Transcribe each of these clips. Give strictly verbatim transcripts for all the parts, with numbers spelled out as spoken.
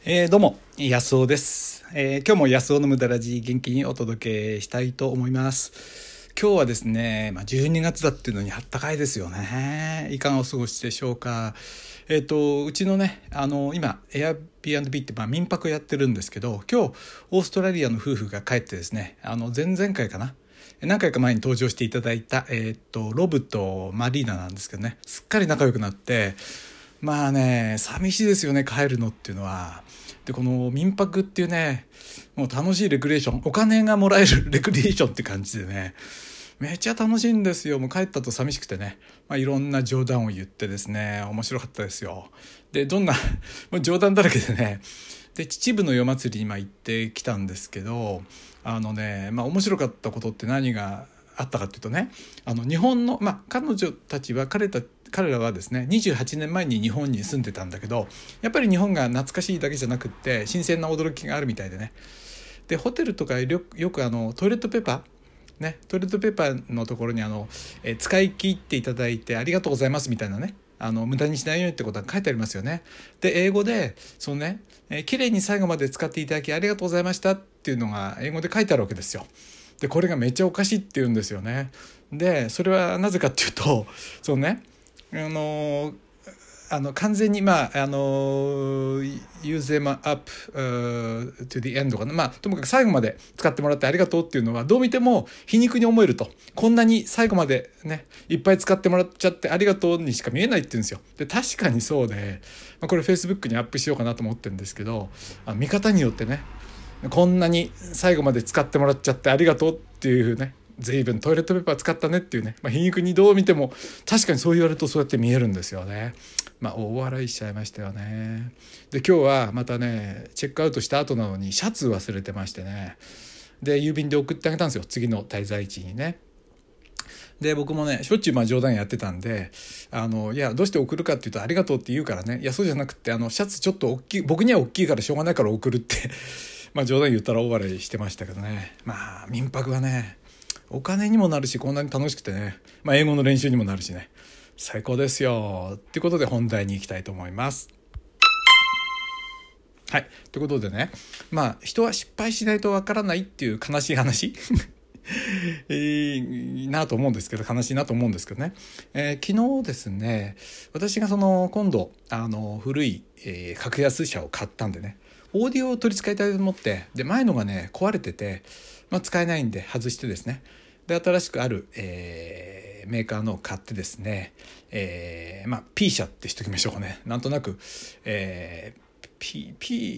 えー、どうも安尾です、えー、今日も安尾の無駄ラジ元気にお届けしたいと思います。今日はですね、まあ、じゅうにがつだっていうのにあったかいですよね。いかがお過ごしでしょうか。えっとうちのねあの今 Airbnb って、まあ、民泊やってるんですけど、今日オーストラリアの夫婦が帰ってですね、あの前々回かな何回か前に登場していただいた、えー、とロブとマリーナなんですけどね、すっかり仲良くなって、まあね寂しいですよね、帰るのっていうのは。でこの民泊っていうね、もう楽しいレクリエーション、お金がもらえるレクリエーションって感じでね、めっちゃ楽しいんですよ。もう帰ったと寂しくてね、まあ、いろんな冗談を言ってですね、面白かったですよ。でどんなもう冗談だらけでね、で秩父の夜祭りに今行ってきたんですけど、あのねまあ面白かったことって何があったかっていうとね、あの日本の、まあ、彼女たちは彼た彼らはですねにじゅうはちねんまえに日本に住んでたんだけど、やっぱり日本が懐かしいだけじゃなくって新鮮な驚きがあるみたいでね。でホテルとかよく、よくあのトイレットペーパーね、トイレットペーパーのところにあの、え使い切っていただいてありがとうございますみたいなね、あの無駄にしないようにってことが書いてありますよね。で英語でそのね、えー、きれいに最後まで使っていただきありがとうございましたっていうのが英語で書いてあるわけですよ。でこれがめっちゃおかしいって言うんですよね。でそれはなぜかっていうと、そのねあのあの完全にまああの use them up、uh, to the end かな、まあともかく最後まで使ってもらってありがとうっていうのはどう見ても皮肉に思えると、こんなに最後までねいっぱい使ってもらっちゃってありがとうにしか見えないって言うんですよ。で確かにそうで、まあ、これ Facebook にアップしようかなと思ってるんですけど、あ見方によってね、こんなに最後まで使ってもらっちゃってありがとうっていうね、随分トイレットペーパー使ったねっていうね、まあ、皮肉にどう見ても確かにそう言われるとそうやって見えるんですよね。まあ大笑いしちゃいましたよね。で今日はまたねチェックアウトした後なのにシャツ忘れてましてね、で郵便で送ってあげたんですよ、次の滞在地にね。で僕もねしょっちゅうまあ冗談やってたんで、あのいやどうして送るかっていうとありがとうって言うからね、いやそうじゃなくてあのシャツちょっと大きい、僕には大きいからしょうがないから送るってまあ冗談言ったら大笑いしてましたけどね。まあ民泊はねお金にもなるし、こんなに楽しくてね、まあ、英語の練習にもなるしね、最高ですよっていうことで本題に行きたいと思います。はいということでね、まあ人は失敗しないとわからないっていう悲しい話えー、なと思うんですけど、悲しいなと思うんですけどね、えー、昨日ですね私がその今度あの古い、えー、格安車を買ったんでね、オーディオを取り付けたいと思って、で前のがね壊れてて、まあ、使えないんで外してですね、で新しくある、えー、メーカーのを買ってですね、えー、まあ P 社ってしときましょうかね。なんとなく、えー、P,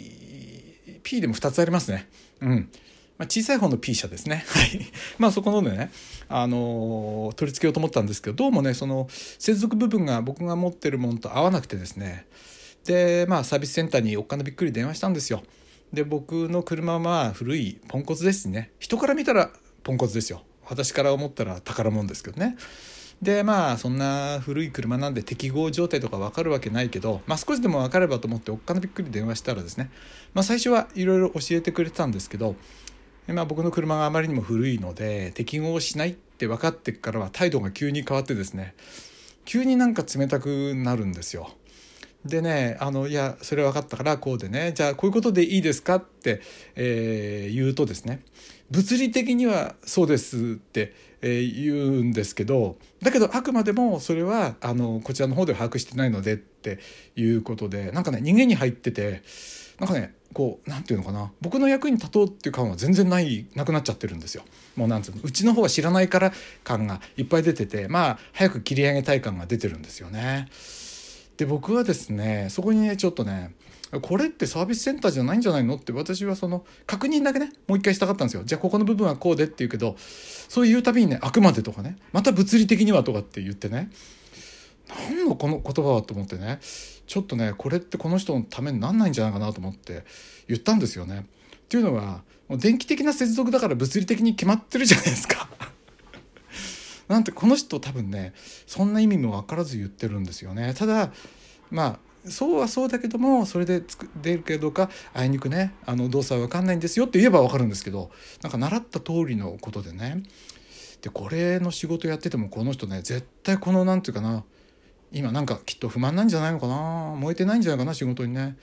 P, P でもふたつありますね。うん。まあ、小さい方の P 社ですね。はい。まあそこのでね、あのー、取り付けようと思ったんですけど、どうもねその接続部分が僕が持ってるものと合わなくてですね、でまあサービスセンターにおっかなびっくり電話したんですよ。で僕の車はまあ古いポンコツですしね、人から見たらポンコツですよ、私から思ったら宝物ですけどね。でまあそんな古い車なんで適合状態とか分かるわけないけど、まあ、少しでも分かればと思っておっかなびっくり電話したらですね、まあ、最初はいろいろ教えてくれてたんですけど、まあ、僕の車があまりにも古いので適合しないって分かってからは態度が急に変わってですね、急になんか冷たくなるんですよ。でね、あのいやそれ分かったからこうでね、じゃあこういうことでいいですかって、えー、言うとですね、物理的にはそうですって、えー、言うんですけど、だけどあくまでもそれはあのこちらの方では把握してないのでっていうことで、なんかね逃げに入ってて、なんかねこうなんていうのかな、僕の役に立とうっていう感は全然ないなくなっちゃってるんですよ。もうなんつうの、うちの方は知らないから感がいっぱい出てて、まあ早く切り上げたい感が出てるんですよね。で僕はですねそこにねちょっとね、これってサービスセンターじゃないんじゃないのって私はその確認だけねもう一回したかったんですよ。じゃあここの部分はこうでって言うけど、そう言うたびにねあくまでとかね、また物理的にはとかって言ってね、何のこの言葉はと思ってね、ちょっとねこれってこの人のためになんないんじゃないかなと思って言ったんですよね。っていうのはもう電気的な接続だから物理的に決まってるじゃないですかなんてこの人多分ねそんな意味も分からず言ってるんですよね。ただまあそうはそうだけども、それで出るけどかあいにくねあの動作は分かんないんですよって言えば分かるんですけど、なんか習った通りのことでね、でこれの仕事やっててもこの人ね絶対このなんていうかな、今なんかきっと不満なんじゃないのかな、燃えてないんじゃないかな仕事にね。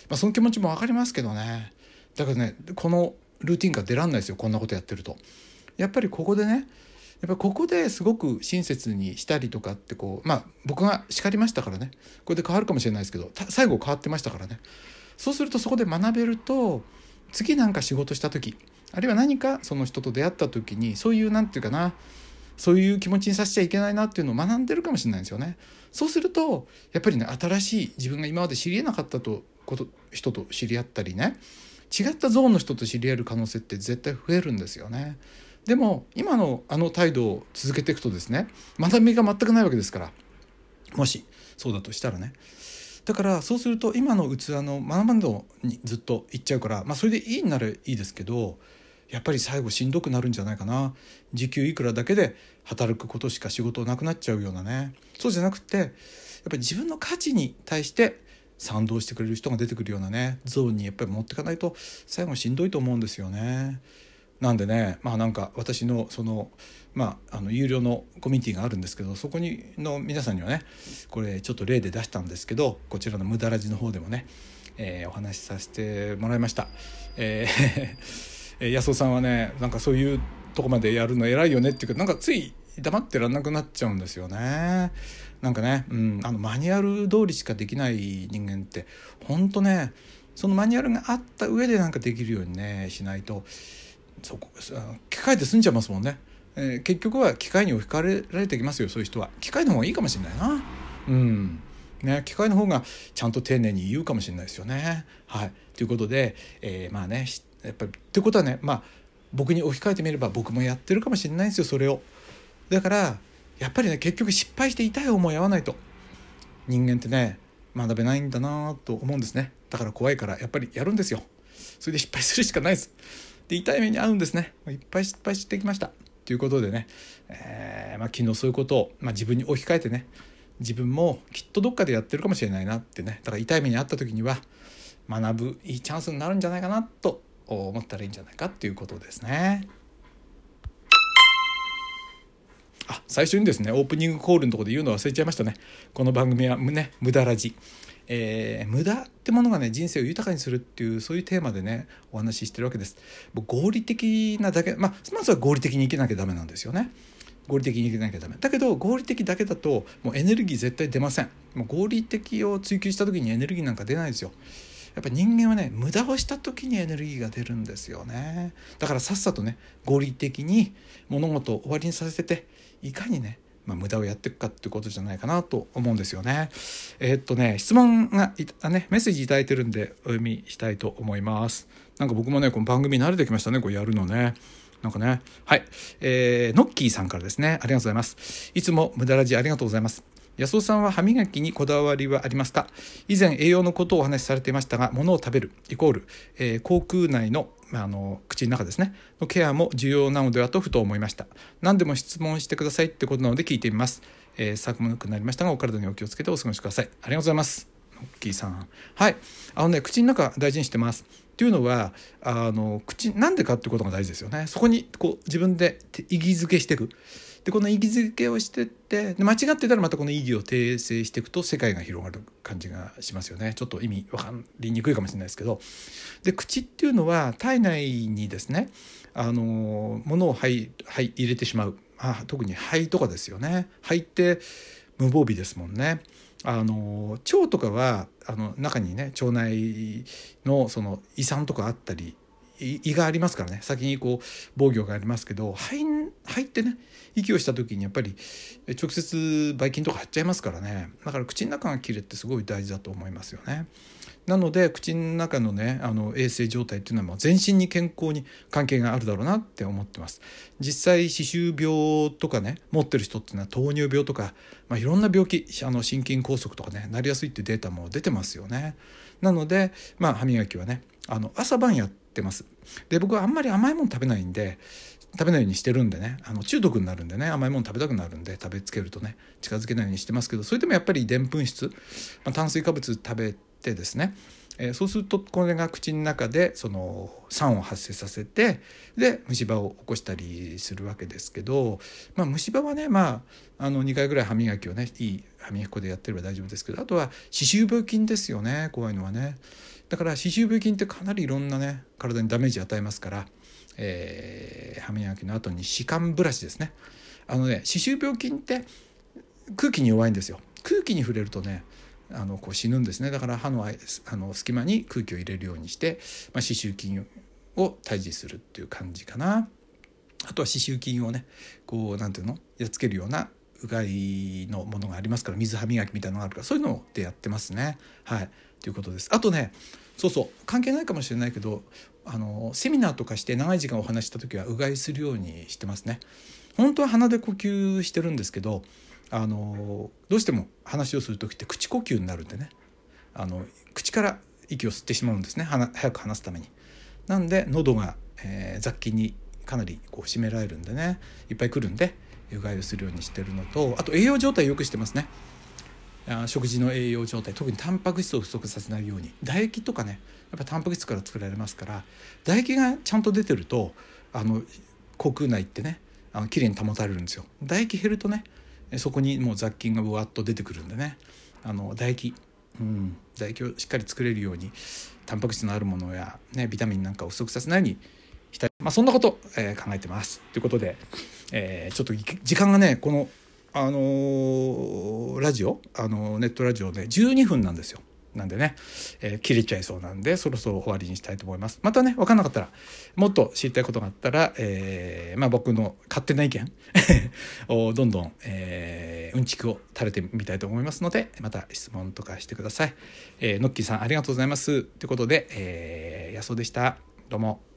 まあ、その気持ちも分かりますけどね。だからねこのルーティンから出らんないですよ、こんなことやってると。やっぱりここでねやっぱりここですごく親切にしたりとかってこうまあ僕が叱りましたからね、これで変わるかもしれないですけど最後変わってましたからね。そうするとそこで学べると次なんか仕事した時あるいは何かその人と出会った時にそういうなんていうかなそういう気持ちにさせちゃいけないなっていうのを学んでるかもしれないんですよね。そうするとやっぱりね新しい自分が今まで知り得なかったとこと人と知り合ったりね違ったゾーンの人と知り合える可能性って絶対増えるんですよね。でも今のあの態度を続けていくとですね学びが全くないわけですから、もしそうだとしたらね。だからそうすると今の器のままのにずっといっちゃうから、まあ、それでいいんならいいですけどやっぱり最後しんどくなるんじゃないかな。時給いくらだけで働くことしか仕事なくなっちゃうようなね。そうじゃなくてやっぱり自分の価値に対して賛同してくれる人が出てくるようなねゾーンにやっぱり持っていかないと最後しんどいと思うんですよね。なんでねまあなんか私のそのまああの有料のコミュニティがあるんですけどそこにの皆さんにはねこれちょっと例で出したんですけどこちらの無駄ラジの方でもね、えー、お話しさせてもらいました。えー、安尾さんはねなんかそういうとこまでやるの偉いよねっていうかなんかつい黙ってらんなくなっちゃうんですよね。なんかね、うん、あのマニュアル通りしかできない人間って本当ねそのマニュアルがあった上でなんかできるようにねしないとそこ機械で済んじゃいますもんね。えー、結局は機械に置き換えられてきますよ。そういう人は機械の方がいいかもしれないな。うんね、機械の方がちゃんと丁寧に言うかもしれないですよね。はい、ということで、えー、まあねやっぱりってことはねまあ僕に置き換えてみれば僕もやってるかもしれないんですよそれを。だからやっぱりね結局失敗して痛い思い合わないと人間ってね学べないんだなと思うんですね。だから怖いからやっぱりやるんですよ。それで失敗するしかないです。で痛い目に遭うんですね。いっぱい失敗してきましたということでね、えーまあ、昨日そういうことを、まあ、自分に置き換えてね自分もきっとどっかでやってるかもしれないなってね。だから痛い目に遭った時には学ぶいいチャンスになるんじゃないかなと思ったらいいんじゃないかっていうことですね。あ、最初にですねオープニングコールのところで言うの忘れちゃいましたね。この番組はね無駄ラジ、えー、無駄ってものがね人生を豊かにするっていうそういうテーマでねお話ししてるわけです。合理的なだけ、まあ、まずは合理的に生きなきゃダメなんですよね。合理的に生きなきゃダメだけど合理的だけだともうエネルギー絶対出ません。もう合理的を追求した時にエネルギーなんか出ないですよ。やっぱ人間はね無駄をした時にエネルギーが出るんですよね。だからさっさとね合理的に物事を終わりにさせていかにね、まあ、無駄をやっていくかっていうことじゃないかなと思うんですよね。えー、っとね質問がいたねメッセージいただいてるんでお読みしたいと思います。なんか僕もねこの番組慣れてきましたねこうやるのね。なんかねはい、えー、ノッキーさんからですねありがとうございます。いつも無駄ラジありがとうございます。安尾さんは歯磨きにこだわりはありますか？以前栄養のことをお話しされていましたが物を食べるイコール、えー、口腔内のあの口の中ですねのケアも重要なのではとふと思いました。何でも質問してくださいってことなので聞いてみます。えー、寒くなりましたがお体にお気をつけてお過ごしください。ありがとうございます。ノッキーさん、はいあのね口の中大事にしてます。っていうのはあの口なんでかっていうことが大事ですよね。そこにこう自分で意義づけしていく。でこの意義づけをしてってで間違ってたらまたこの意義を訂正していくと世界が広がる感じがしますよね。ちょっと意味分かりにくいかもしれないですけど、で口っていうのは体内にですねあの物を入入れてしまう、あ特に肺とかですよね。肺って無防備ですもんね。あの腸とかはあの中にね腸内のその胃酸とかあったり胃がありますからね先にこう防御がありますけど肺肺ってね息をした時にやっぱり直接ばい菌とか張っちゃいますからね。だから口の中がきれいってすごい大事だと思いますよね。なので口の中のねあの衛生状態っていうのはもう全身に健康に関係があるだろうなって思ってます。実際歯周病とかね持ってる人っていうのは糖尿病とか、まあ、いろんな病気あの心筋梗塞とかねなりやすいっていうデータも出てますよね。なので、まあ、歯磨きはねあの朝晩やってます。で僕はあんまり甘いもの食べないんで食べないようにしてるんでねあの中毒になるんでね甘いもの食べたくなるんで食べつけるとね近づけないようにしてますけど、それでもやっぱりでんぷん質、まあ、炭水化物食べてですね、えー、そうするとこれが口の中でその酸を発生させてで虫歯を起こしたりするわけですけど、まあ、虫歯はね、まあ、あのにかいぐらい歯磨きをねいい歯磨き粉でやってれば大丈夫ですけど、あとは歯周病菌ですよね怖いのはね。だだから歯周病菌ってかなりいろんなね体にダメージ与えますから、えー、歯磨きの後に歯間ブラシですね。あのね歯周病菌って空気に弱いんですよ。空気に触れるとねあのこう死ぬんですね。だから歯のあの隙間に空気を入れるようにして、まあ、歯周菌を退治するっていう感じかな。あとは歯周菌をねこうなんていうのやっつけるようなうがいのものがありますから、水歯磨きみたいなのがあるから、そういうのでやってますね。はいということです。あとねそうそう関係ないかもしれないけど、あのセミナーとかして長い時間お話した時はうがいするようにしてますね。本当は鼻で呼吸してるんですけど、あのどうしても話をする時って口呼吸になるんでね、あの口から息を吸ってしまうんですね、早く話すために。なんで喉が、えー、雑菌にかなりこう締められるんでね、いっぱい来るんでうがいをするようにしてるのと、あと栄養状態よくしてますね。あ食事の栄養状態、特にタンパク質を不足させないように。唾液とかねやっぱタンパク質から作られますから、唾液がちゃんと出てるとあの口腔内ってねあのきれいに保たれるんですよ。唾液減るとねそこにもう雑菌がぶわっと出てくるんでね、あの唾液、うん、唾液をしっかり作れるようにタンパク質のあるものや、ね、ビタミンなんかを不足させないようにしたい、まあ、そんなこと、えー、考えてますということで、えー、ちょっと時間がねこの、あのー、ラジオ、あのー、ネットラジオでじゅうにふんなんですよ。なんでね、えー、切れちゃいそうなんでそろそろ終わりにしたいと思います。またね分かんなかったらもっと知りたいことがあったら、えーまあ、僕の勝手な意見をどんどん、えー、うんちくを垂れてみたいと思いますので、また質問とかしてください。えー、ノッキーさんありがとうございますということで、えー、やそうでした。どうも。